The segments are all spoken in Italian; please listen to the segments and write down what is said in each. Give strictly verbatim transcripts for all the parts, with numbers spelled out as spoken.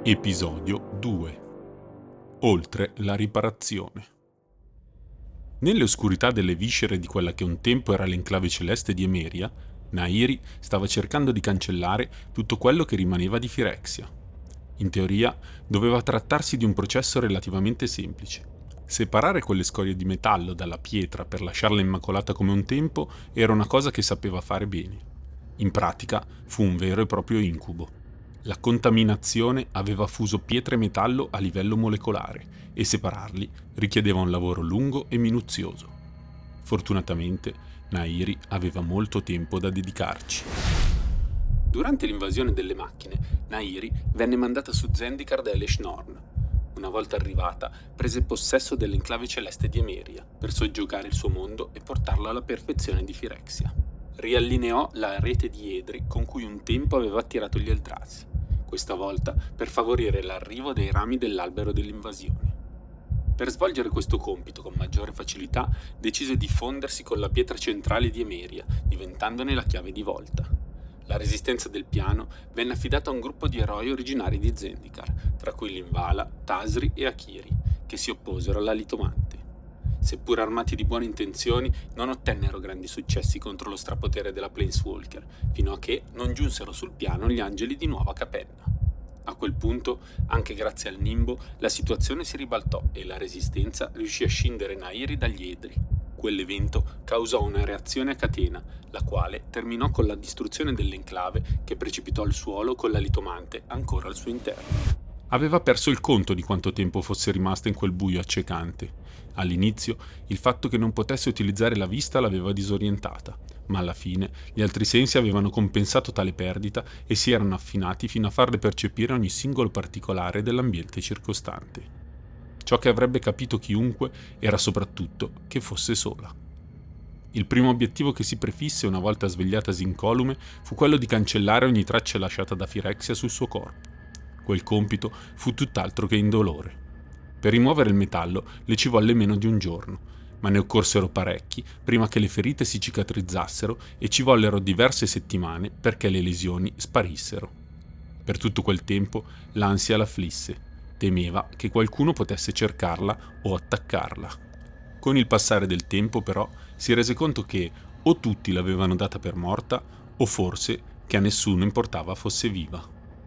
Episodio due. Oltre la riparazione. Nelle oscurità delle viscere di quella che un tempo era l'enclave celeste di Emeria, Nahiri stava cercando di cancellare tutto quello che rimaneva di Phyrexia. In teoria, doveva trattarsi di un processo relativamente semplice. Separare quelle scorie di metallo dalla pietra per lasciarla immacolata come un tempo era una cosa che sapeva fare bene. In pratica, fu un vero e proprio incubo. La contaminazione aveva fuso pietra e metallo a livello molecolare e separarli richiedeva un lavoro lungo e minuzioso. Fortunatamente, Nahiri aveva molto tempo da dedicarci. Durante l'invasione delle macchine, Nahiri venne mandata su Zendikar da Elesh Norn. Una volta arrivata, prese possesso dell'enclave celeste di Emeria per soggiogare il suo mondo e portarlo alla perfezione di Phyrexia. Riallineò la rete di edri con cui un tempo aveva attirato gli Eldrazi, questa volta per favorire l'arrivo dei rami dell'albero dell'invasione. Per svolgere questo compito con maggiore facilità, decise di fondersi con la pietra centrale di Emeria, diventandone la chiave di volta. La resistenza del piano venne affidata a un gruppo di eroi originari di Zendikar, tra cui Linvala, Tasri e Akiri, che si opposero alla litomante. Seppur armati di buone intenzioni, non ottennero grandi successi contro lo strapotere della Planeswalker, fino a che non giunsero sul piano gli angeli di Nuova Capenna. A quel punto, anche grazie al nimbo, la situazione si ribaltò e la resistenza riuscì a scindere Nahiri dagli edri. Quell'evento causò una reazione a catena, la quale terminò con la distruzione dell'enclave che precipitò al suolo con la litomante ancora al suo interno. Aveva perso il conto di quanto tempo fosse rimasta in quel buio accecante. All'inizio, il fatto che non potesse utilizzare la vista l'aveva disorientata, ma alla fine gli altri sensi avevano compensato tale perdita e si erano affinati fino a farle percepire ogni singolo particolare dell'ambiente circostante. Ciò che avrebbe capito chiunque era soprattutto che fosse sola. Il primo obiettivo che si prefisse una volta svegliatasi incolume fu quello di cancellare ogni traccia lasciata da Phyrexia sul suo corpo. Quel compito fu tutt'altro che indolore. Per rimuovere il metallo le ci volle meno di un giorno, ma ne occorsero parecchi prima che le ferite si cicatrizzassero e ci vollero diverse settimane perché le lesioni sparissero. Per tutto quel tempo l'ansia l'afflisse, temeva che qualcuno potesse cercarla o attaccarla. Con il passare del tempo, però, si rese conto che o tutti l'avevano data per morta o forse che a nessuno importava fosse viva.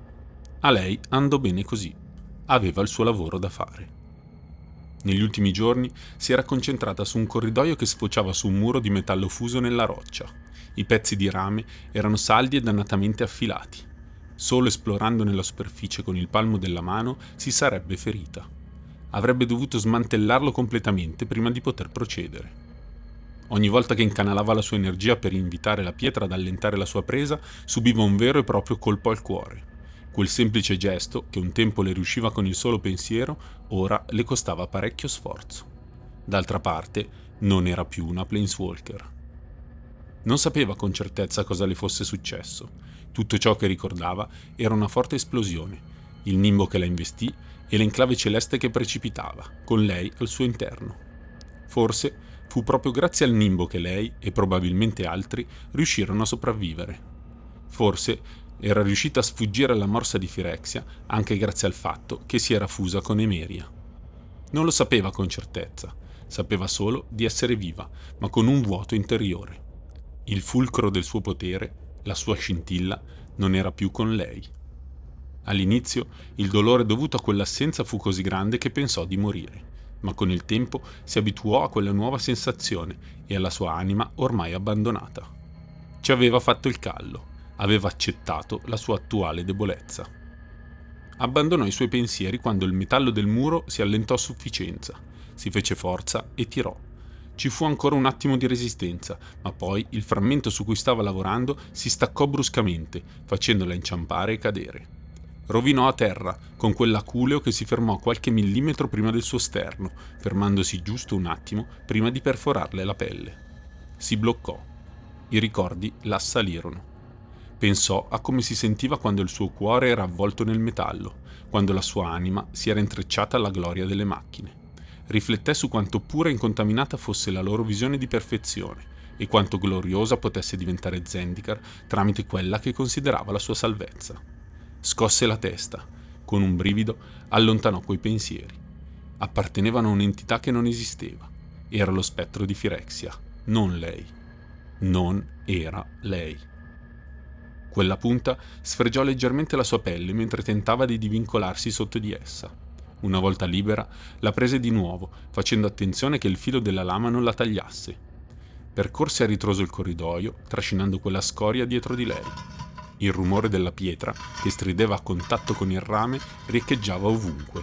A lei andò bene così, aveva il suo lavoro da fare. Negli ultimi giorni si era concentrata su un corridoio che sfociava su un muro di metallo fuso nella roccia. I pezzi di rame erano saldi e dannatamente affilati. Solo esplorando nella superficie con il palmo della mano si sarebbe ferita. Avrebbe dovuto smantellarlo completamente prima di poter procedere. Ogni volta che incanalava la sua energia per invitare la pietra ad allentare la sua presa, subiva un vero e proprio colpo al cuore. Quel semplice gesto, che un tempo le riusciva con il solo pensiero, ora le costava parecchio sforzo. D'altra parte, non era più una Planeswalker. Non sapeva con certezza cosa le fosse successo. Tutto ciò che ricordava era una forte esplosione, il nimbo che la investì e l'enclave celeste che precipitava, con lei al suo interno. Forse fu proprio grazie al nimbo che lei, e probabilmente altri, riuscirono a sopravvivere. Forse era riuscita a sfuggire alla morsa di Phyrexia anche grazie al fatto che si era fusa con Emeria. Non lo sapeva con certezza, sapeva solo di essere viva, ma con un vuoto interiore. Il fulcro del suo potere, la sua scintilla, non era più con lei. All'inizio il dolore dovuto a quell'assenza fu così grande che pensò di morire, ma con il tempo si abituò a quella nuova sensazione e alla sua anima ormai abbandonata. Ci aveva fatto il callo. Aveva accettato la sua attuale debolezza. Abbandonò i suoi pensieri quando il metallo del muro si allentò a sufficienza, si fece forza e tirò. Ci fu ancora un attimo di resistenza, ma poi il frammento su cui stava lavorando si staccò bruscamente, facendola inciampare e cadere. Rovinò a terra, con quell'aculeo che si fermò qualche millimetro prima del suo sterno, fermandosi giusto un attimo prima di perforarle la pelle. Si bloccò. I ricordi la assalirono. Pensò a come si sentiva quando il suo cuore era avvolto nel metallo, quando la sua anima si era intrecciata alla gloria delle macchine. Rifletté su quanto pura e incontaminata fosse la loro visione di perfezione e quanto gloriosa potesse diventare Zendikar tramite quella che considerava la sua salvezza. Scosse la testa. Con un brivido allontanò quei pensieri. Appartenevano a un'entità che non esisteva. Era lo spettro di Phyrexia, non lei. Non era lei. Quella punta sfregiò leggermente la sua pelle mentre tentava di divincolarsi sotto di essa. Una volta libera, la prese di nuovo, facendo attenzione che il filo della lama non la tagliasse. Percorse a ritroso il corridoio, trascinando quella scoria dietro di lei. Il rumore della pietra, che strideva a contatto con il rame, riecheggiava ovunque.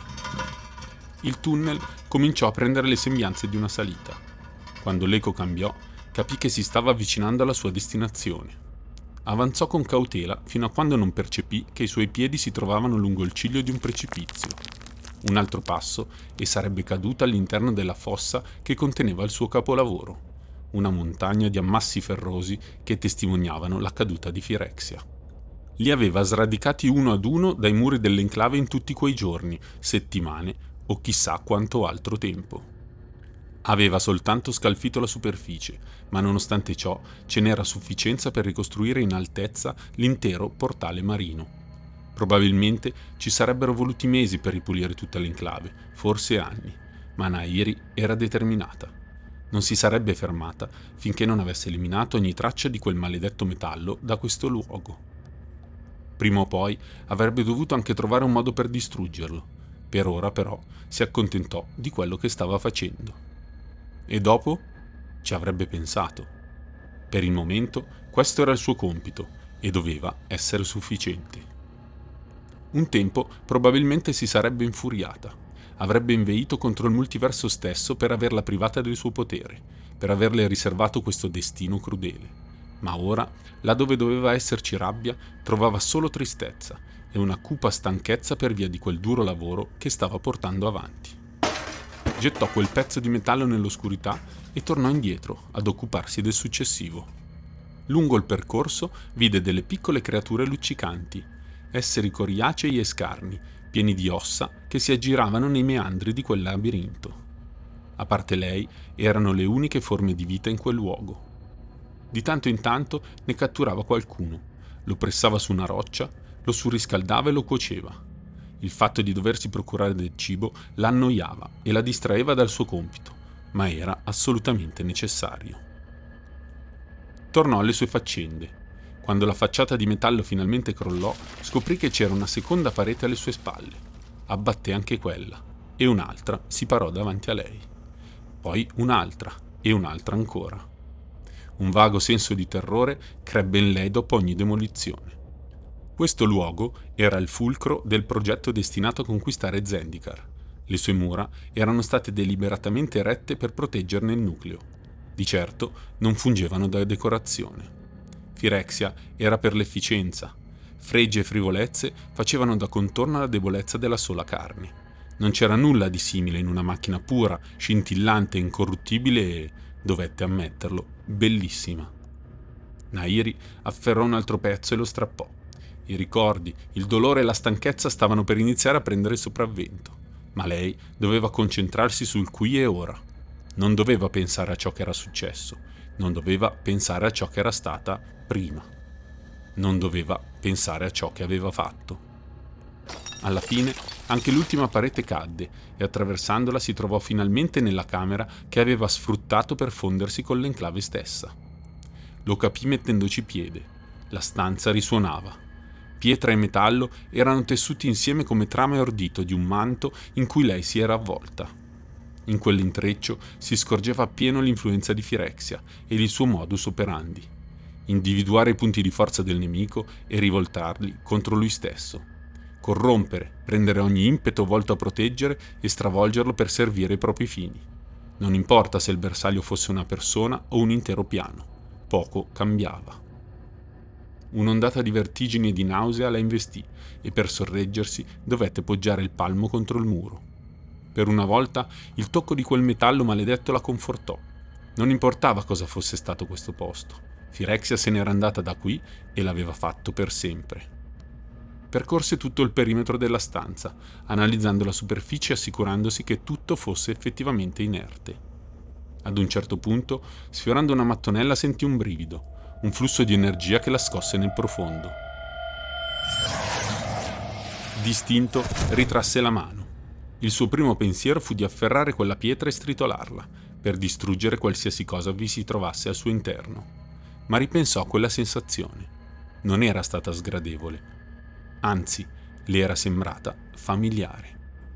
Il tunnel cominciò a prendere le sembianze di una salita. Quando l'eco cambiò, capì che si stava avvicinando alla sua destinazione. Avanzò con cautela fino a quando non percepì che i suoi piedi si trovavano lungo il ciglio di un precipizio. Un altro passo e sarebbe caduta all'interno della fossa che conteneva il suo capolavoro, una montagna di ammassi ferrosi che testimoniavano la caduta di Phyrexia. Li aveva sradicati uno ad uno dai muri dell'enclave in tutti quei giorni, settimane o chissà quanto altro tempo. Aveva soltanto scalfito la superficie, ma nonostante ciò ce n'era sufficienza per ricostruire in altezza l'intero portale marino. Probabilmente ci sarebbero voluti mesi per ripulire tutta l'enclave, forse anni, ma Nahiri era determinata. Non si sarebbe fermata finché non avesse eliminato ogni traccia di quel maledetto metallo da questo luogo. Prima o poi avrebbe dovuto anche trovare un modo per distruggerlo. Per ora, però, si accontentò di quello che stava facendo. E dopo? Ci avrebbe pensato. Per il momento, questo era il suo compito e doveva essere sufficiente. Un tempo probabilmente si sarebbe infuriata. Avrebbe inveito contro il multiverso stesso per averla privata del suo potere, per averle riservato questo destino crudele. Ma ora, là dove doveva esserci rabbia, trovava solo tristezza e una cupa stanchezza per via di quel duro lavoro che stava portando avanti. Gettò quel pezzo di metallo nell'oscurità e tornò indietro ad occuparsi del successivo. Lungo il percorso vide delle piccole creature luccicanti, esseri coriacei e scarni, pieni di ossa che si aggiravano nei meandri di quel labirinto. A parte lei, erano le uniche forme di vita in quel luogo. Di tanto in tanto ne catturava qualcuno, lo pressava su una roccia, lo surriscaldava e lo cuoceva. Il fatto di doversi procurare del cibo la annoiava e la distraeva dal suo compito, ma era assolutamente necessario. Tornò alle sue faccende. Quando la facciata di metallo finalmente crollò, scoprì che c'era una seconda parete alle sue spalle. Abbatté anche quella, e un'altra si parò davanti a lei. Poi un'altra, e un'altra ancora. Un vago senso di terrore crebbe in lei dopo ogni demolizione. Questo luogo era il fulcro del progetto destinato a conquistare Zendikar. Le sue mura erano state deliberatamente erette per proteggerne il nucleo. Di certo non fungevano da decorazione. Phyrexia era per l'efficienza. Fregi e frivolezze facevano da contorno alla debolezza della sola carne. Non c'era nulla di simile in una macchina pura, scintillante, incorruttibile e, dovette ammetterlo, bellissima. Nahiri afferrò un altro pezzo e lo strappò. I ricordi, il dolore e la stanchezza stavano per iniziare a prendere il sopravvento, ma lei doveva concentrarsi sul qui e ora. Non doveva pensare a ciò che era successo, non doveva pensare a ciò che era stata prima. Non doveva pensare a ciò che aveva fatto. Alla fine anche l'ultima parete cadde e attraversandola si trovò finalmente nella camera che aveva sfruttato per fondersi con l'enclave stessa. Lo capì mettendoci piede. La stanza risuonava. Pietra e metallo erano tessuti insieme come trame ordito di un manto in cui lei si era avvolta. In quell'intreccio si scorgeva appieno l'influenza di Phyrexia ed il suo modus operandi. Individuare i punti di forza del nemico e rivoltarli contro lui stesso. Corrompere, prendere ogni impeto volto a proteggere e stravolgerlo per servire i propri fini. Non importa se il bersaglio fosse una persona o un intero piano, poco cambiava. Un'ondata di vertigini e di nausea la investì e per sorreggersi dovette poggiare il palmo contro il muro. Per una volta il tocco di quel metallo maledetto la confortò. Non importava cosa fosse stato questo posto. Phyrexia se n'era andata da qui e l'aveva fatto per sempre. Percorse tutto il perimetro della stanza, analizzando la superficie e assicurandosi che tutto fosse effettivamente inerte. Ad un certo punto, sfiorando una mattonella, sentì un brivido. Un flusso di energia che la scosse nel profondo. Distinto, ritrasse la mano. Il suo primo pensiero fu di afferrare quella pietra e stritolarla, per distruggere qualsiasi cosa vi si trovasse al suo interno. Ma ripensò a quella sensazione. Non era stata sgradevole. Anzi, le era sembrata familiare.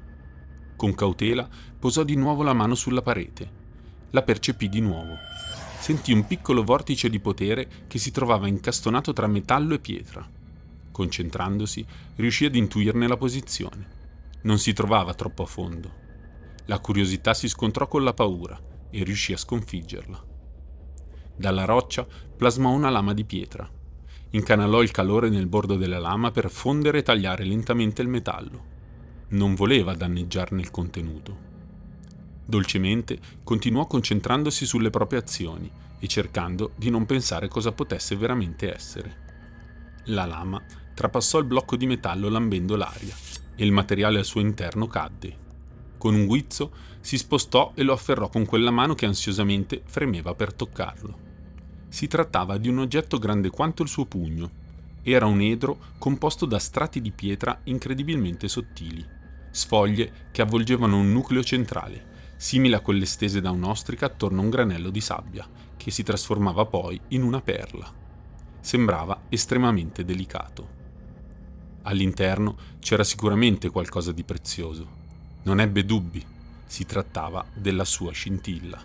Con cautela posò di nuovo la mano sulla parete. La percepì di nuovo. Sentì un piccolo vortice di potere che si trovava incastonato tra metallo e pietra. Concentrandosi, riuscì ad intuirne la posizione. Non si trovava troppo a fondo. La curiosità si scontrò con la paura e riuscì a sconfiggerla. Dalla roccia plasmò una lama di pietra. Incanalò il calore nel bordo della lama per fondere e tagliare lentamente il metallo. Non voleva danneggiarne il contenuto. Dolcemente continuò concentrandosi sulle proprie azioni e cercando di non pensare cosa potesse veramente essere. La lama trapassò il blocco di metallo lambendo l'aria e il materiale al suo interno cadde. Con un guizzo si spostò e lo afferrò con quella mano che ansiosamente fremeva per toccarlo. Si trattava di un oggetto grande quanto il suo pugno. Era un edro composto da strati di pietra incredibilmente sottili, sfoglie che avvolgevano un nucleo centrale, simile a quelle stese da un'ostrica attorno a un granello di sabbia, che si trasformava poi in una perla. Sembrava estremamente delicato. All'interno c'era sicuramente qualcosa di prezioso. Non ebbe dubbi, si trattava della sua scintilla.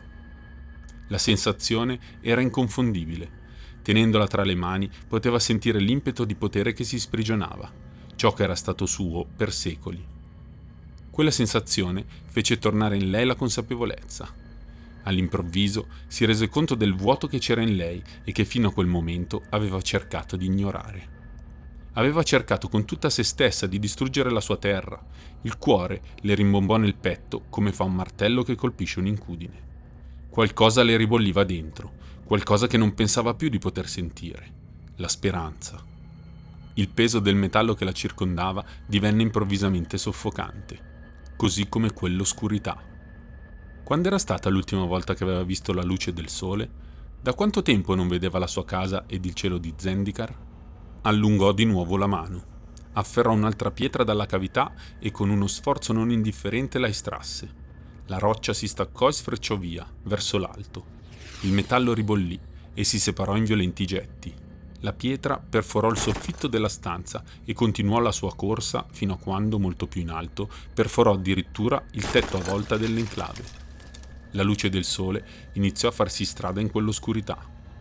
La sensazione era inconfondibile. Tenendola tra le mani poteva sentire l'impeto di potere che si sprigionava, ciò che era stato suo per secoli. Quella sensazione fece tornare in lei la consapevolezza. All'improvviso si rese conto del vuoto che c'era in lei e che fino a quel momento aveva cercato di ignorare. Aveva cercato con tutta se stessa di distruggere la sua terra. Il cuore le rimbombò nel petto come fa un martello che colpisce un'incudine. Qualcosa le ribolliva dentro, qualcosa che non pensava più di poter sentire. La speranza. Il peso del metallo che la circondava divenne improvvisamente soffocante, così come quell'oscurità. Quando era stata l'ultima volta che aveva visto la luce del sole? Da quanto tempo non vedeva la sua casa ed il cielo di Zendikar? Allungò di nuovo la mano, afferrò un'altra pietra dalla cavità e con uno sforzo non indifferente la estrasse. La roccia si staccò e sfrecciò via, verso l'alto. Il metallo ribollì e si separò in violenti getti. La pietra perforò il soffitto della stanza e continuò la sua corsa fino a quando, molto più in alto, perforò addirittura il tetto a volta dell'enclave. La luce del sole iniziò a farsi strada in quell'oscurità.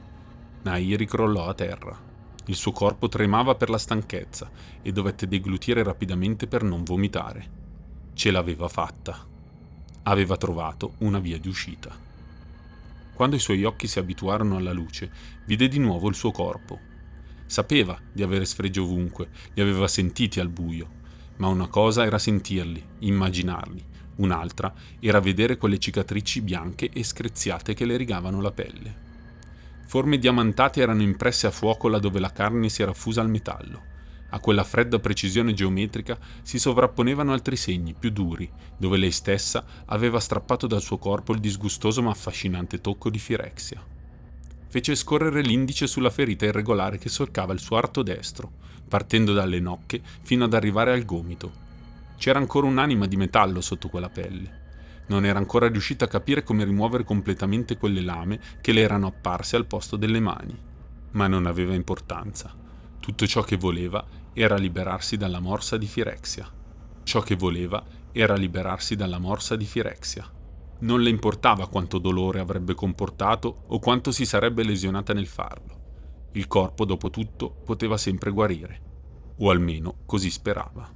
Nahiri crollò a terra. Il suo corpo tremava per la stanchezza e dovette deglutire rapidamente per non vomitare. Ce l'aveva fatta. Aveva trovato una via di uscita. Quando i suoi occhi si abituarono alla luce, vide di nuovo il suo corpo. Sapeva di avere sfregi ovunque, li aveva sentiti al buio, ma una cosa era sentirli, immaginarli, un'altra era vedere quelle cicatrici bianche e screziate che le rigavano la pelle. Forme diamantate erano impresse a fuoco laddove la carne si era fusa al metallo. A quella fredda precisione geometrica si sovrapponevano altri segni, più duri, dove lei stessa aveva strappato dal suo corpo il disgustoso ma affascinante tocco di Firexia. Fece scorrere l'indice sulla ferita irregolare che solcava il suo arto destro, partendo dalle nocche fino ad arrivare al gomito. C'era ancora un'anima di metallo sotto quella pelle. Non era ancora riuscita a capire come rimuovere completamente quelle lame che le erano apparse al posto delle mani. Ma non aveva importanza. Tutto ciò che voleva era liberarsi dalla morsa di Firexia. Ciò che voleva era liberarsi dalla morsa di Firexia. Non le importava quanto dolore avrebbe comportato o quanto si sarebbe lesionata nel farlo. Il corpo, dopo tutto, poteva sempre guarire. O almeno così sperava.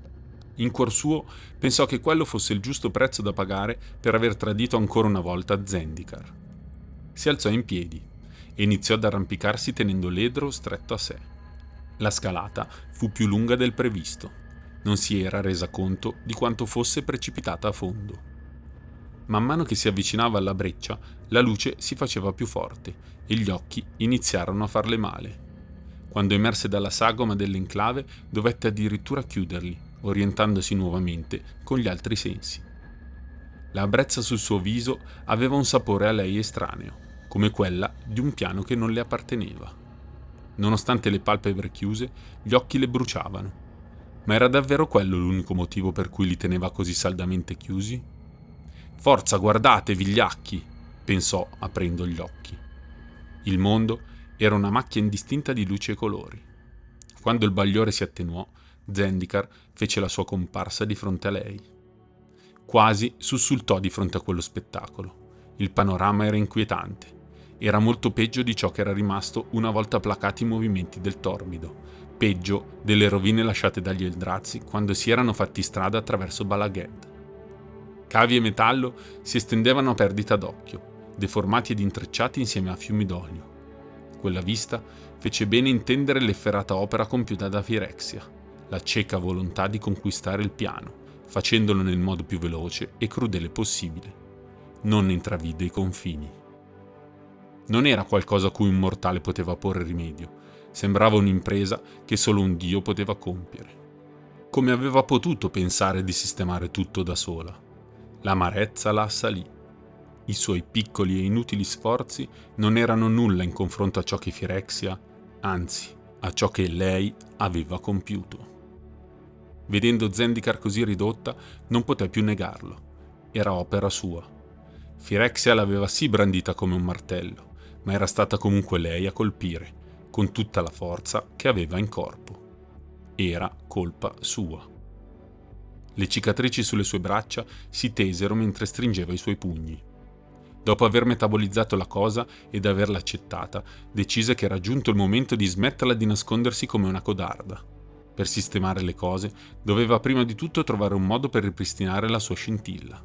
In cuor suo pensò che quello fosse il giusto prezzo da pagare per aver tradito ancora una volta Zendikar. Si alzò in piedi e iniziò ad arrampicarsi tenendo l'edro stretto a sé. La scalata fu più lunga del previsto. Non si era resa conto di quanto fosse precipitata a fondo. Man mano che si avvicinava alla breccia, la luce si faceva più forte e gli occhi iniziarono a farle male. Quando emerse dalla sagoma dell'enclave, dovette addirittura chiuderli, orientandosi nuovamente con gli altri sensi. La brezza sul suo viso aveva un sapore a lei estraneo, come quella di un piano che non le apparteneva. Nonostante le palpebre chiuse, gli occhi le bruciavano, Ma era davvero quello l'unico motivo per cui li teneva così saldamente chiusi? Forza, guardate, vigliacchi, pensò aprendo gli occhi. Il mondo era una macchia indistinta di luci e colori. Quando il bagliore si attenuò, Zendikar fece la sua comparsa di fronte a lei. Quasi sussultò di fronte a quello spettacolo. Il panorama era inquietante. Era molto peggio di ciò che era rimasto una volta placati i movimenti del torbido, peggio delle rovine lasciate dagli Eldrazi quando si erano fatti strada attraverso Balaghed. Cavi e metallo si estendevano a perdita d'occhio, deformati ed intrecciati insieme a fiumi d'olio. Quella vista fece bene intendere l'efferata opera compiuta da Phyrexia, la cieca volontà di conquistare il piano, facendolo nel modo più veloce e crudele possibile. Non ne intravide i confini. Non era qualcosa a cui un mortale poteva porre rimedio, sembrava un'impresa che solo un dio poteva compiere. Come aveva potuto pensare di sistemare tutto da sola? L'amarezza la assalì. I suoi piccoli e inutili sforzi non erano nulla in confronto a ciò che Phyrexia, anzi, a ciò che lei aveva compiuto. Vedendo Zendikar così ridotta, non poté più negarlo. Era opera sua. Phyrexia l'aveva sì brandita come un martello, ma era stata comunque lei a colpire, con tutta la forza che aveva in corpo. Era colpa sua. Le cicatrici sulle sue braccia si tesero mentre stringeva i suoi pugni. Dopo aver metabolizzato la cosa ed averla accettata, decise che era giunto il momento di smetterla di nascondersi come una codarda. Per sistemare le cose, doveva prima di tutto trovare un modo per ripristinare la sua scintilla.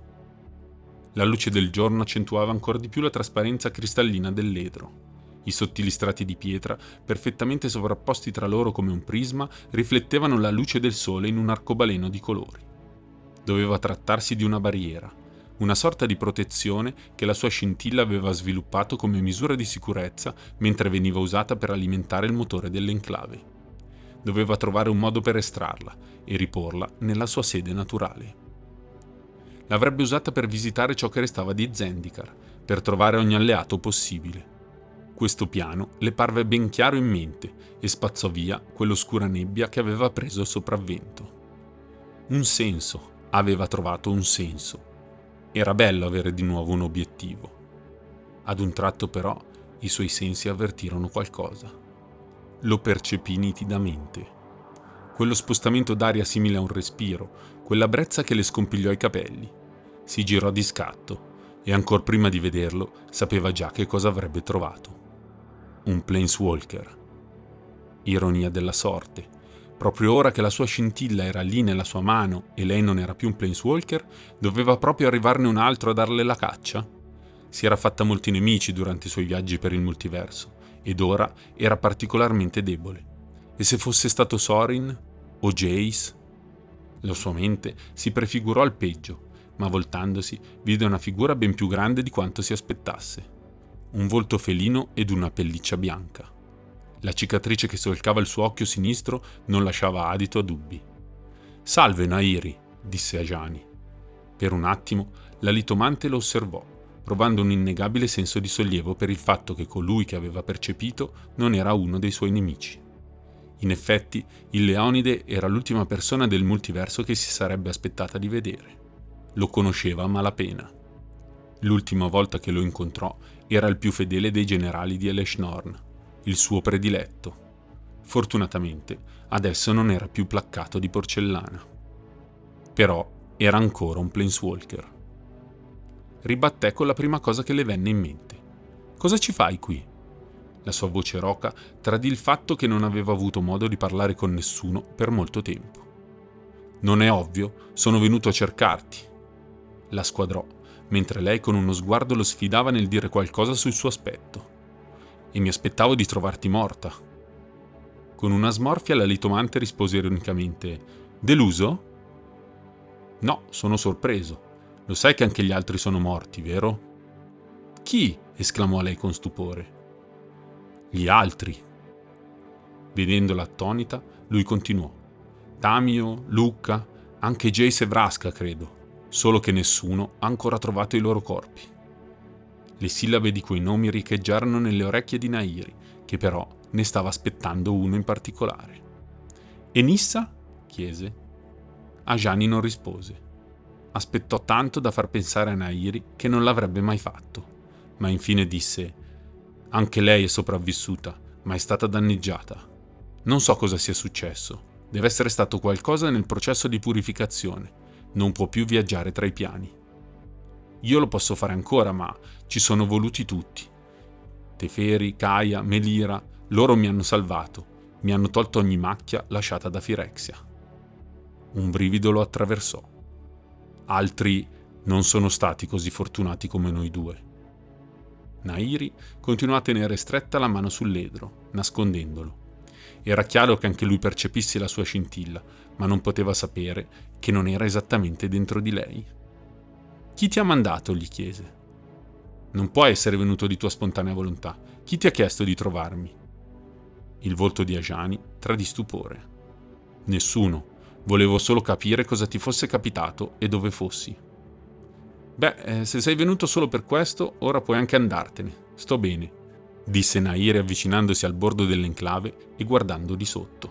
La luce del giorno accentuava ancora di più la trasparenza cristallina dell'edro. I sottili strati di pietra, perfettamente sovrapposti tra loro come un prisma, riflettevano la luce del sole in un arcobaleno di colori. Doveva trattarsi di una barriera, una sorta di protezione che la sua scintilla aveva sviluppato come misura di sicurezza mentre veniva usata per alimentare il motore dell'enclave. Doveva trovare un modo per estrarla e riporla nella sua sede naturale. L'avrebbe usata per visitare ciò che restava di Zendikar, per trovare ogni alleato possibile. Questo piano le parve ben chiaro in mente e spazzò via quell'oscura nebbia che aveva preso il sopravvento. Un senso, aveva trovato un senso. Era bello avere di nuovo un obiettivo. Ad un tratto però i suoi sensi avvertirono qualcosa. Lo percepì nitidamente. Quello spostamento d'aria simile a un respiro, quella brezza che le scompigliò i capelli. Si girò di scatto e ancor prima di vederlo sapeva già che cosa avrebbe trovato. Un Planeswalker. Ironia della sorte. Proprio ora che la sua scintilla era lì nella sua mano e lei non era più un Planeswalker, doveva proprio arrivarne un altro a darle la caccia? Si era fatta molti nemici durante i suoi viaggi per il multiverso ed ora era particolarmente debole. E se fosse stato Sorin o Jace? La sua mente si prefigurò il peggio, ma voltandosi vide una figura ben più grande di quanto si aspettasse. Un volto felino ed una pelliccia bianca. La cicatrice che solcava il suo occhio sinistro non lasciava adito a dubbi. «Salve, Nahiri», disse a Ajani. Per un attimo la litomante lo osservò, provando un innegabile senso di sollievo per il fatto che colui che aveva percepito non era uno dei suoi nemici. In effetti, il Leonide era l'ultima persona del multiverso che si sarebbe aspettata di vedere. Lo conosceva a malapena. L'ultima volta che lo incontrò era il più fedele dei generali di Elesh Norn, il suo prediletto. Fortunatamente, adesso non era più placcato di porcellana. Però era ancora un Planeswalker. Ribatté con la prima cosa che le venne in mente. «Cosa ci fai qui?» La sua voce roca tradì il fatto che non aveva avuto modo di parlare con nessuno per molto tempo. «Non è ovvio? Sono venuto a cercarti». La squadrò, mentre lei con uno sguardo lo sfidava nel dire qualcosa sul suo aspetto. «E mi aspettavo di trovarti morta». Con una smorfia la litomante rispose ironicamente: «Deluso?» «No, sono sorpreso. Lo sai che anche gli altri sono morti, vero?» «Chi?» esclamò lei con stupore. «Gli altri». Vedendola attonita, lui continuò: «Tamio, Lucca, anche Jace e Vraska, credo, solo che nessuno ha ancora trovato i loro corpi». Le sillabe di quei nomi riecheggiarono nelle orecchie di Nahiri, che però ne stava aspettando uno in particolare. «E Nissa?» chiese. Ajani non rispose. Aspettò tanto da far pensare a Nahiri che non l'avrebbe mai fatto, ma infine disse: «Anche lei è sopravvissuta, ma è stata danneggiata. Non so cosa sia successo. Deve essere stato qualcosa nel processo di purificazione. Non può più viaggiare tra i piani. Io lo posso fare ancora, ma ci sono voluti tutti. Teferi, Kaia, Melira, loro mi hanno salvato, mi hanno tolto ogni macchia lasciata da Firexia». Un brivido lo attraversò. Altri non sono stati così fortunati come noi due. Nahiri continuò a tenere stretta la mano sull'edro, nascondendolo. Era chiaro che anche lui percepisse la sua scintilla, ma non poteva sapere che non era esattamente dentro di lei. «Chi ti ha mandato?» gli chiese. «Non può essere venuto di tua spontanea volontà. Chi ti ha chiesto di trovarmi?» Il volto di Ajani tradì stupore. «Nessuno. Volevo solo capire cosa ti fosse capitato e dove fossi». «Beh, eh, se sei venuto solo per questo, ora puoi anche andartene. Sto bene», disse Nahiri avvicinandosi al bordo dell'enclave e guardando di sotto.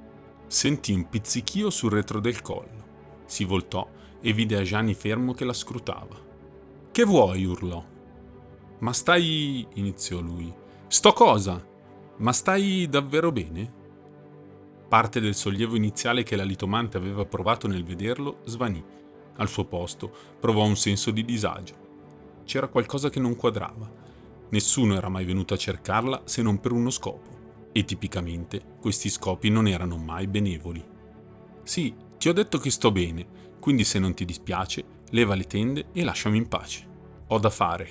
Sentì un pizzichio sul retro del collo. Si voltò e vide Ajani fermo che la scrutava. «Che vuoi?» urlò. «Ma stai...» iniziò lui. «Sto cosa? Ma stai davvero bene?» Parte del sollievo iniziale che la litomante aveva provato nel vederlo svanì. Al suo posto provò un senso di disagio. C'era qualcosa che non quadrava. Nessuno era mai venuto a cercarla se non per uno scopo, e tipicamente questi scopi non erano mai benevoli. «Sì, ti ho detto che sto bene, quindi se non ti dispiace, leva le tende e lasciami in pace. Ho da fare».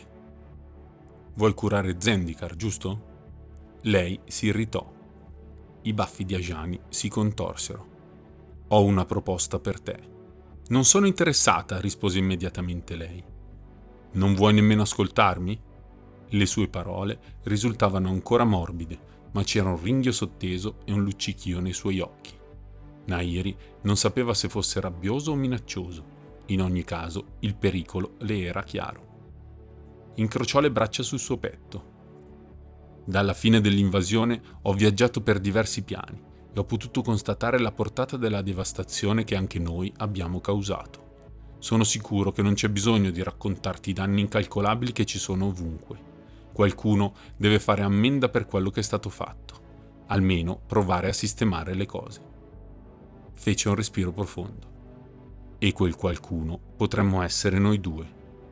«Vuoi curare Zendikar, giusto?» Lei si irritò. I baffi di Ajani si contorsero. «Ho una proposta per te». «Non sono interessata», rispose immediatamente lei. «Non vuoi nemmeno ascoltarmi?» Le sue parole risultavano ancora morbide, ma c'era un ringhio sotteso e un luccichio nei suoi occhi. Nahiri non sapeva se fosse rabbioso o minaccioso. In ogni caso, il pericolo le era chiaro. Incrociò le braccia sul suo petto. «Dalla fine dell'invasione ho viaggiato per diversi piani e ho potuto constatare la portata della devastazione che anche noi abbiamo causato. Sono sicuro che non c'è bisogno di raccontarti i danni incalcolabili che ci sono ovunque. Qualcuno deve fare ammenda per quello che è stato fatto, almeno provare a sistemare le cose». Fece un respiro profondo. «E quel qualcuno potremmo essere noi due».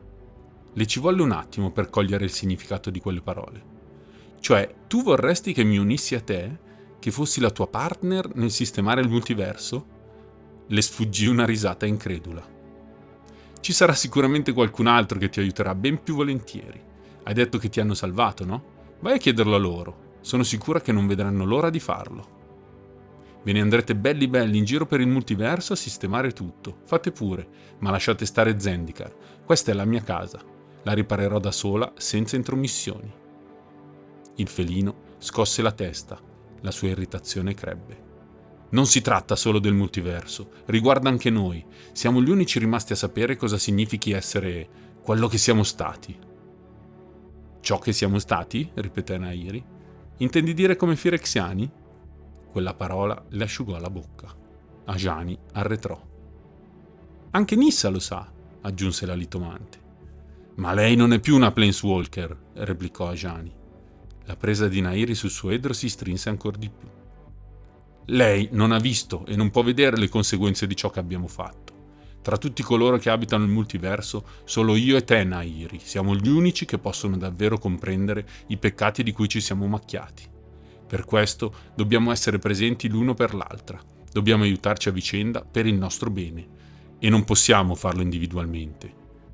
Le ci volle un attimo per cogliere il significato di quelle parole. «Cioè, tu vorresti che mi unissi a te? Che fossi la tua partner nel sistemare il multiverso?» Le sfuggì una risata incredula. «Ci sarà sicuramente qualcun altro che ti aiuterà ben più volentieri. Hai detto che ti hanno salvato, no? Vai a chiederlo a loro. Sono sicura che non vedranno l'ora di farlo. Ve ne andrete belli belli in giro per il multiverso a sistemare tutto. Fate pure, ma lasciate stare Zendikar. Questa è la mia casa. La riparerò da sola, senza intromissioni». Il felino scosse la testa. La sua irritazione crebbe. «Non si tratta solo del multiverso, riguarda anche noi. Siamo gli unici rimasti a sapere cosa significhi essere quello che siamo stati». «Ciò che siamo stati?» ripeté Nahiri. «Intendi dire come firexiani?» Quella parola le asciugò la bocca. Ajani arretrò. «Anche Nissa lo sa», aggiunse la litomante. «Ma lei non è più una planeswalker», replicò Ajani. La presa di Nahiri sul suo edro si strinse ancora di più. «Lei non ha visto e non può vedere le conseguenze di ciò che abbiamo fatto. Tra tutti coloro che abitano il multiverso, solo io e te, Nahiri, siamo gli unici che possono davvero comprendere i peccati di cui ci siamo macchiati. Per questo dobbiamo essere presenti l'uno per l'altra, dobbiamo aiutarci a vicenda per il nostro bene, e non possiamo farlo individualmente».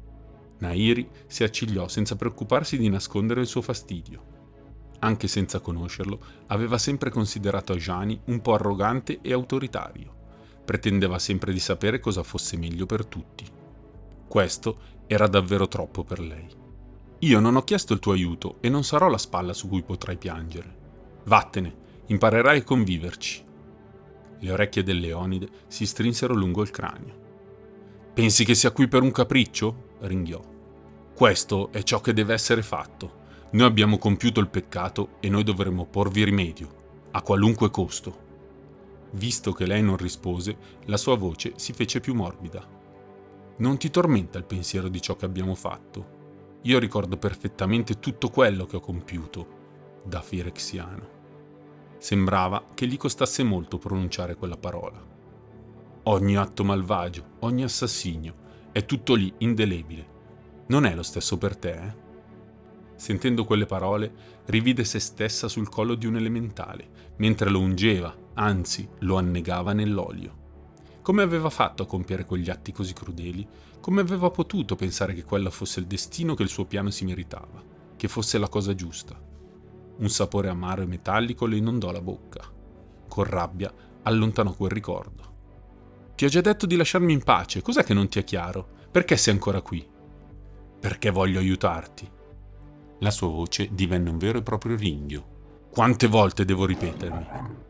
Nahiri si accigliò senza preoccuparsi di nascondere il suo fastidio. Anche senza conoscerlo, aveva sempre considerato Ajani un po' arrogante e autoritario. Pretendeva sempre di sapere cosa fosse meglio per tutti. Questo era davvero troppo per lei. «Io non ho chiesto il tuo aiuto e non sarò la spalla su cui potrai piangere. Vattene, imparerai a conviverci». Le orecchie del Leonide si strinsero lungo il cranio. «Pensi che sia qui per un capriccio?» ringhiò. «Questo è ciò che deve essere fatto. Noi abbiamo compiuto il peccato e noi dovremo porvi rimedio, a qualunque costo». Visto che lei non rispose, la sua voce si fece più morbida. Non ti tormenta il pensiero di ciò che abbiamo fatto? Io ricordo perfettamente tutto quello che ho compiuto, da firexiano. Sembrava che gli costasse molto pronunciare quella parola. Ogni atto malvagio, ogni assassinio, è tutto lì, indelebile. Non è lo stesso per te, eh? Sentendo quelle parole, rivide se stessa sul collo di un elementale, mentre lo ungeva, anzi, lo annegava nell'olio. Come aveva fatto a compiere quegli atti così crudeli? Come aveva potuto pensare che quello fosse il destino che il suo piano si meritava, che fosse la cosa giusta? Un sapore amaro e metallico le inondò la bocca. Con rabbia allontanò quel ricordo. Ti ho già detto di lasciarmi in pace, cos'è che non ti è chiaro? Perché sei ancora qui? Perché voglio aiutarti. La sua voce divenne un vero e proprio ringhio. Quante volte devo ripetermi?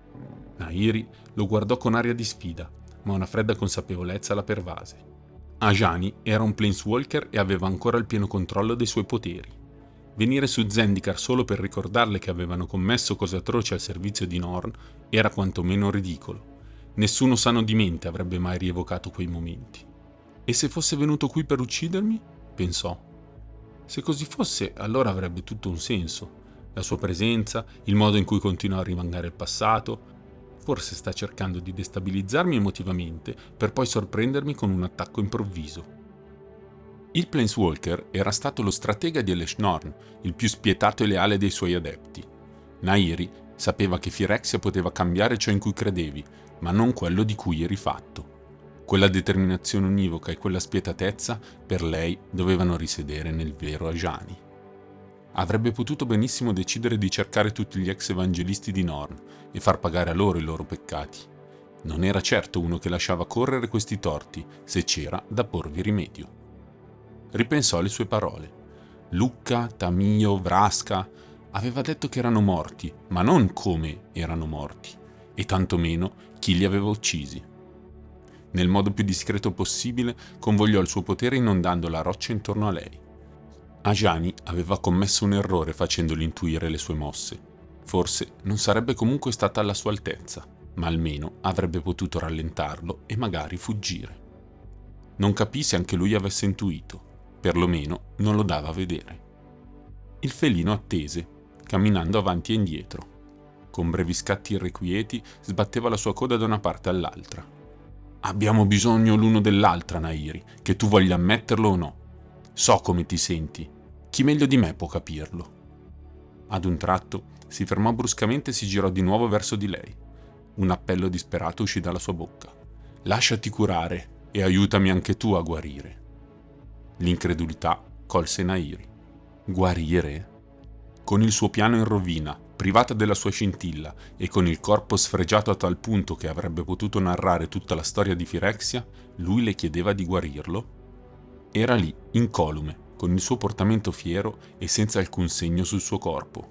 Nahiri lo guardò con aria di sfida, ma una fredda consapevolezza la pervase. Ajani era un planeswalker e aveva ancora il pieno controllo dei suoi poteri. Venire su Zendikar solo per ricordarle che avevano commesso cose atroci al servizio di Norn era quantomeno ridicolo. Nessuno sano di mente avrebbe mai rievocato quei momenti. E se fosse venuto qui per uccidermi? Pensò. Se così fosse, allora avrebbe tutto un senso. La sua presenza, il modo in cui continua a rimangare il passato. Forse sta cercando di destabilizzarmi emotivamente per poi sorprendermi con un attacco improvviso. Il Planeswalker era stato lo stratega di Elesh Norn, il più spietato e leale dei suoi adepti. Nahiri sapeva che Phyrexia poteva cambiare ciò in cui credevi, ma non quello di cui eri fatto. Quella determinazione univoca e quella spietatezza per lei dovevano risiedere nel vero Ajani. Avrebbe potuto benissimo decidere di cercare tutti gli ex evangelisti di Norn e far pagare a loro i loro peccati. Non era certo uno che lasciava correre questi torti se c'era da porvi rimedio. Ripensò alle sue parole. Lucca, Tamio, Vraska aveva detto che erano morti, ma non come erano morti, e tantomeno chi li aveva uccisi. Nel modo più discreto possibile convogliò il suo potere inondando la roccia intorno a lei. Ajani aveva commesso un errore facendogli intuire le sue mosse. Forse non sarebbe comunque stata alla sua altezza, ma almeno avrebbe potuto rallentarlo e magari fuggire. Non capì se anche lui avesse intuito, perlomeno non lo dava a vedere. Il felino attese, camminando avanti e indietro. Con brevi scatti irrequieti sbatteva la sua coda da una parte all'altra. Abbiamo bisogno l'uno dell'altra, Nahiri, che tu voglia ammetterlo o no. So come ti senti. Chi meglio di me può capirlo? Ad un tratto si fermò bruscamente e si girò di nuovo verso di lei. Un appello disperato uscì dalla sua bocca. Lasciati curare e aiutami anche tu a guarire. L'incredulità colse Nahiri. Guarire? Con il suo piano in rovina, privata della sua scintilla e con il corpo sfregiato a tal punto che avrebbe potuto narrare tutta la storia di Phyrexia, lui le chiedeva di guarirlo? Era lì, incolume, con il suo portamento fiero e senza alcun segno sul suo corpo.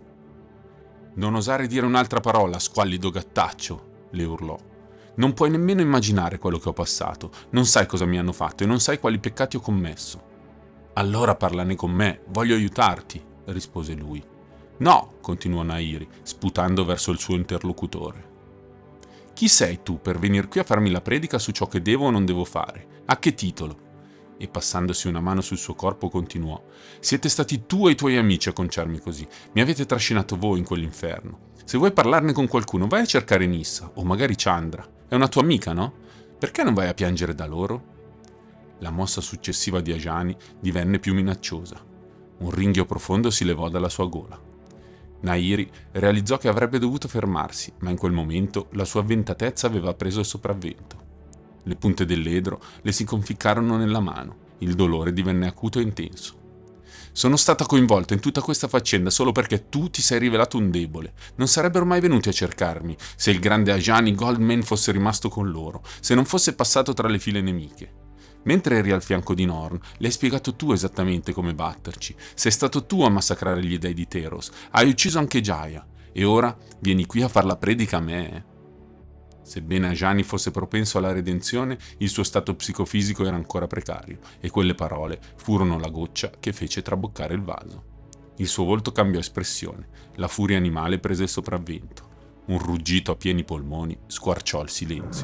Non osare dire un'altra parola, squallido gattaccio, le urlò. Non puoi nemmeno immaginare quello che ho passato, non sai cosa mi hanno fatto e non sai quali peccati ho commesso. Allora parlane con me, voglio aiutarti, rispose lui. No, continuò Nahiri, sputando verso il suo interlocutore. Chi sei tu per venir qui a farmi la predica su ciò che devo o non devo fare? A che titolo? E passandosi una mano sul suo corpo continuò. Siete stati tu e i tuoi amici a conciarmi così. Mi avete trascinato voi in quell'inferno. Se vuoi parlarne con qualcuno, vai a cercare Nissa, o magari Chandra. È una tua amica, no? Perché non vai a piangere da loro? La mossa successiva di Ajani divenne più minacciosa. Un ringhio profondo si levò dalla sua gola. Nahiri realizzò che avrebbe dovuto fermarsi, ma in quel momento la sua avventatezza aveva preso il sopravvento. Le punte dell'edro le si conficcarono nella mano, il dolore divenne acuto e intenso. Sono stata coinvolta in tutta questa faccenda solo perché tu ti sei rivelato un debole. Non sarebbero mai venuti a cercarmi se il grande Ajani Goldman fosse rimasto con loro, se non fosse passato tra le file nemiche. Mentre eri al fianco di Norn, le hai spiegato tu esattamente come batterci. Sei stato tu a massacrare gli dei di Teros. Hai ucciso anche Jaya. E ora vieni qui a far la predica a me? Sebbene Ajani fosse propenso alla redenzione, il suo stato psicofisico era ancora precario, e quelle parole furono la goccia che fece traboccare il vaso. Il suo volto cambiò espressione. La furia animale prese il sopravvento. Un ruggito a pieni polmoni squarciò il silenzio.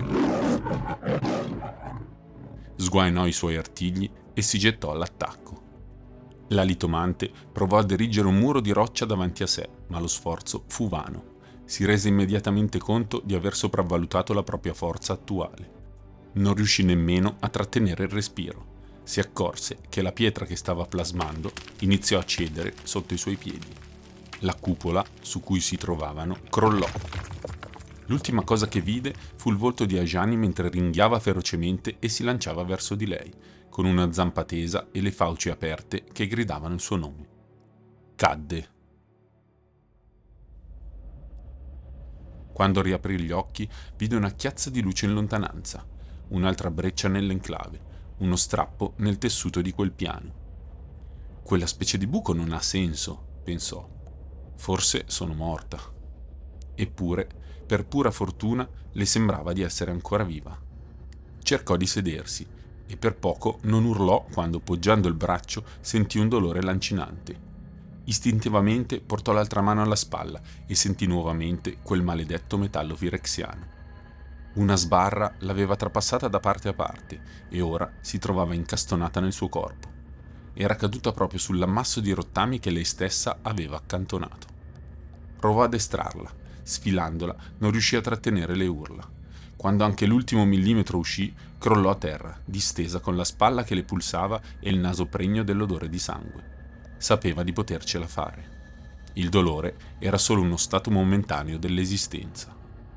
Sguainò i suoi artigli e si gettò all'attacco. La litomante provò a dirigere un muro di roccia davanti a sé, ma lo sforzo fu vano. Si rese immediatamente conto di aver sopravvalutato la propria forza attuale. Non riuscì nemmeno a trattenere il respiro. Si accorse che la pietra che stava plasmando iniziò a cedere sotto i suoi piedi. La cupola su cui si trovavano crollò. L'ultima cosa che vide fu il volto di Ajani mentre ringhiava ferocemente e si lanciava verso di lei, con una zampa tesa e le fauci aperte che gridavano il suo nome. Cadde. Quando riaprì gli occhi, vide una chiazza di luce in lontananza, un'altra breccia nell'enclave, uno strappo nel tessuto di quel piano. Quella specie di buco non ha senso, pensò. Forse sono morta. Eppure, per pura fortuna, le sembrava di essere ancora viva. Cercò di sedersi e per poco non urlò quando, poggiando il braccio, sentì un dolore lancinante. Istintivamente portò l'altra mano alla spalla e sentì nuovamente quel maledetto metallo firexiano. Una sbarra l'aveva trapassata da parte a parte e ora si trovava incastonata nel suo corpo. Era caduta proprio sull'ammasso di rottami che lei stessa aveva accantonato. Provò ad estrarla. Sfilandola, non riuscì a trattenere le urla. Quando anche l'ultimo millimetro uscì, crollò a terra, distesa con la spalla che le pulsava e il naso pregno dell'odore di sangue. Sapeva di potercela fare. Il dolore era solo uno stato momentaneo dell'esistenza.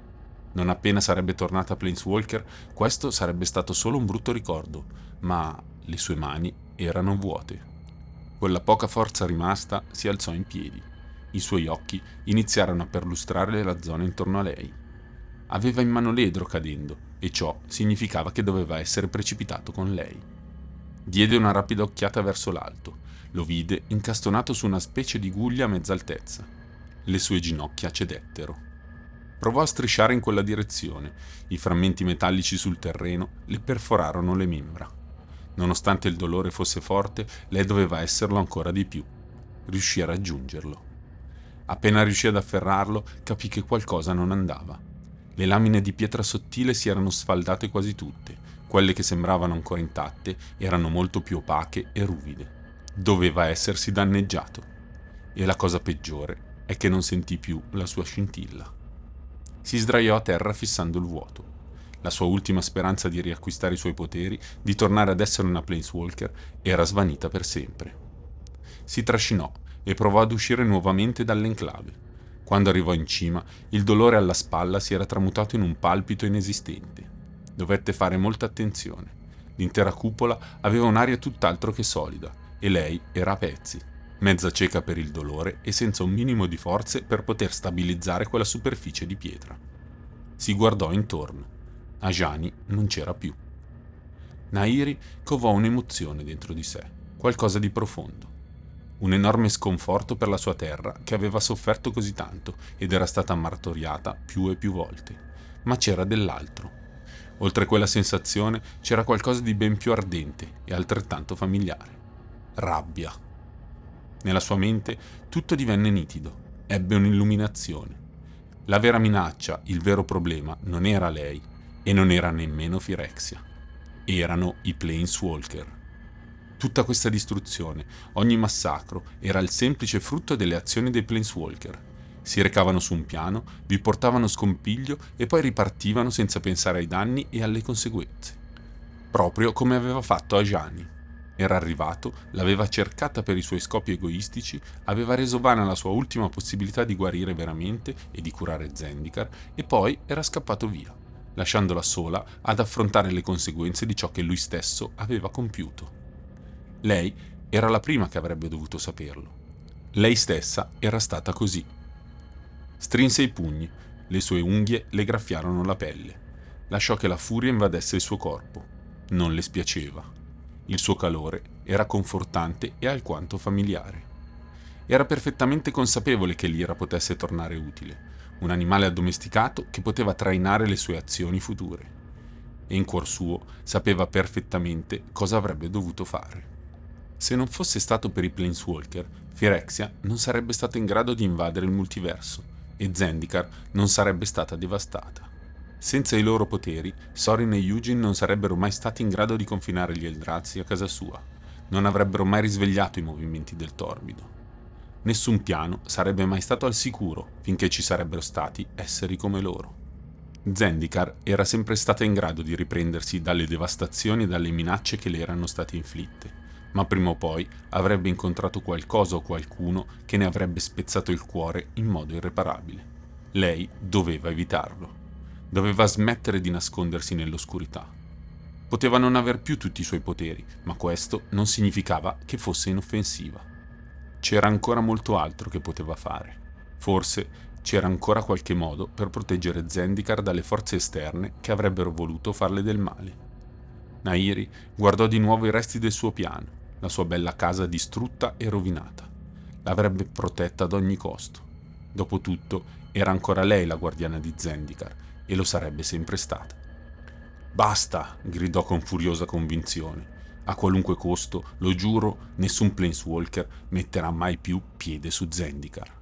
Non appena sarebbe tornata Planeswalker, questo sarebbe stato solo un brutto ricordo, ma le sue mani erano vuote. Con la poca forza rimasta si alzò in piedi. I suoi occhi iniziarono a perlustrare la zona intorno a lei. Aveva in mano l'edro cadendo, e ciò significava che doveva essere precipitato con lei. Diede una rapida occhiata verso l'alto. Lo vide incastonato su una specie di guglia a mezza altezza. Le sue ginocchia cedettero. Provò a strisciare in quella direzione. I frammenti metallici sul terreno le perforarono le membra. Nonostante il dolore fosse forte, lei doveva esserlo ancora di più. Riuscì a raggiungerlo. Appena riuscì ad afferrarlo, capì che qualcosa non andava. Le lamine di pietra sottile si erano sfaldate quasi tutte. Quelle che sembravano ancora intatte erano molto più opache e ruvide. Doveva essersi danneggiato. E la cosa peggiore è che non sentì più la sua scintilla. Si sdraiò a terra fissando il vuoto. La sua ultima speranza di riacquistare i suoi poteri, di tornare ad essere una Planeswalker, era svanita per sempre. Si trascinò e provò ad uscire nuovamente dall'enclave. Quando arrivò in cima, il dolore alla spalla si era tramutato in un palpito inesistente. Dovette fare molta attenzione. L'intera cupola aveva un'aria tutt'altro che solida e lei era a pezzi, mezza cieca per il dolore e senza un minimo di forze per poter stabilizzare quella superficie di pietra. Si guardò intorno. Ajani non c'era più. Nahiri covò un'emozione dentro di sé, qualcosa di profondo. Un enorme sconforto per la sua terra che aveva sofferto così tanto ed era stata martoriata più e più volte. Ma c'era dell'altro. Oltre quella sensazione c'era qualcosa di ben più ardente e altrettanto familiare. Rabbia. Nella sua mente tutto divenne nitido, ebbe un'illuminazione. La vera minaccia, il vero problema, non era lei e non era nemmeno Phyrexia. Erano i Planeswalker. Tutta questa distruzione, ogni massacro, era il semplice frutto delle azioni dei Planeswalker. Si recavano su un piano, vi portavano scompiglio e poi ripartivano senza pensare ai danni e alle conseguenze. Proprio come aveva fatto Ajani. Era arrivato, l'aveva cercata per i suoi scopi egoistici, aveva reso vana la sua ultima possibilità di guarire veramente e di curare Zendikar e poi era scappato via, lasciandola sola ad affrontare le conseguenze di ciò che lui stesso aveva compiuto. Lei era la prima che avrebbe dovuto saperlo. Lei stessa era stata così. Strinse i pugni, le sue unghie le graffiarono la pelle. Lasciò che la furia invadesse il suo corpo. Non le spiaceva. Il suo calore era confortante e alquanto familiare. Era perfettamente consapevole che l'ira potesse tornare utile, un animale addomesticato che poteva trainare le sue azioni future. E in cuor suo sapeva perfettamente cosa avrebbe dovuto fare. Se non fosse stato per i Planeswalker, Phyrexia non sarebbe stata in grado di invadere il multiverso, e Zendikar non sarebbe stata devastata. Senza i loro poteri, Sorin e Eugene non sarebbero mai stati in grado di confinare gli Eldrazi a casa sua, non avrebbero mai risvegliato i movimenti del torbido. Nessun piano sarebbe mai stato al sicuro finché ci sarebbero stati esseri come loro. Zendikar era sempre stata in grado di riprendersi dalle devastazioni e dalle minacce che le erano state inflitte, ma prima o poi avrebbe incontrato qualcosa o qualcuno che ne avrebbe spezzato il cuore in modo irreparabile. Lei doveva evitarlo. Doveva smettere di nascondersi nell'oscurità. Poteva non aver più tutti i suoi poteri, ma questo non significava che fosse inoffensiva. C'era ancora molto altro che poteva fare. Forse c'era ancora qualche modo per proteggere Zendikar dalle forze esterne che avrebbero voluto farle del male. Nahiri guardò di nuovo i resti del suo piano, la sua bella casa distrutta e rovinata. L'avrebbe protetta ad ogni costo. Dopotutto, era ancora lei la guardiana di Zendikar e lo sarebbe sempre stata. «Basta!» gridò con furiosa convinzione. «A qualunque costo, lo giuro, nessun Planeswalker metterà mai più piede su Zendikar».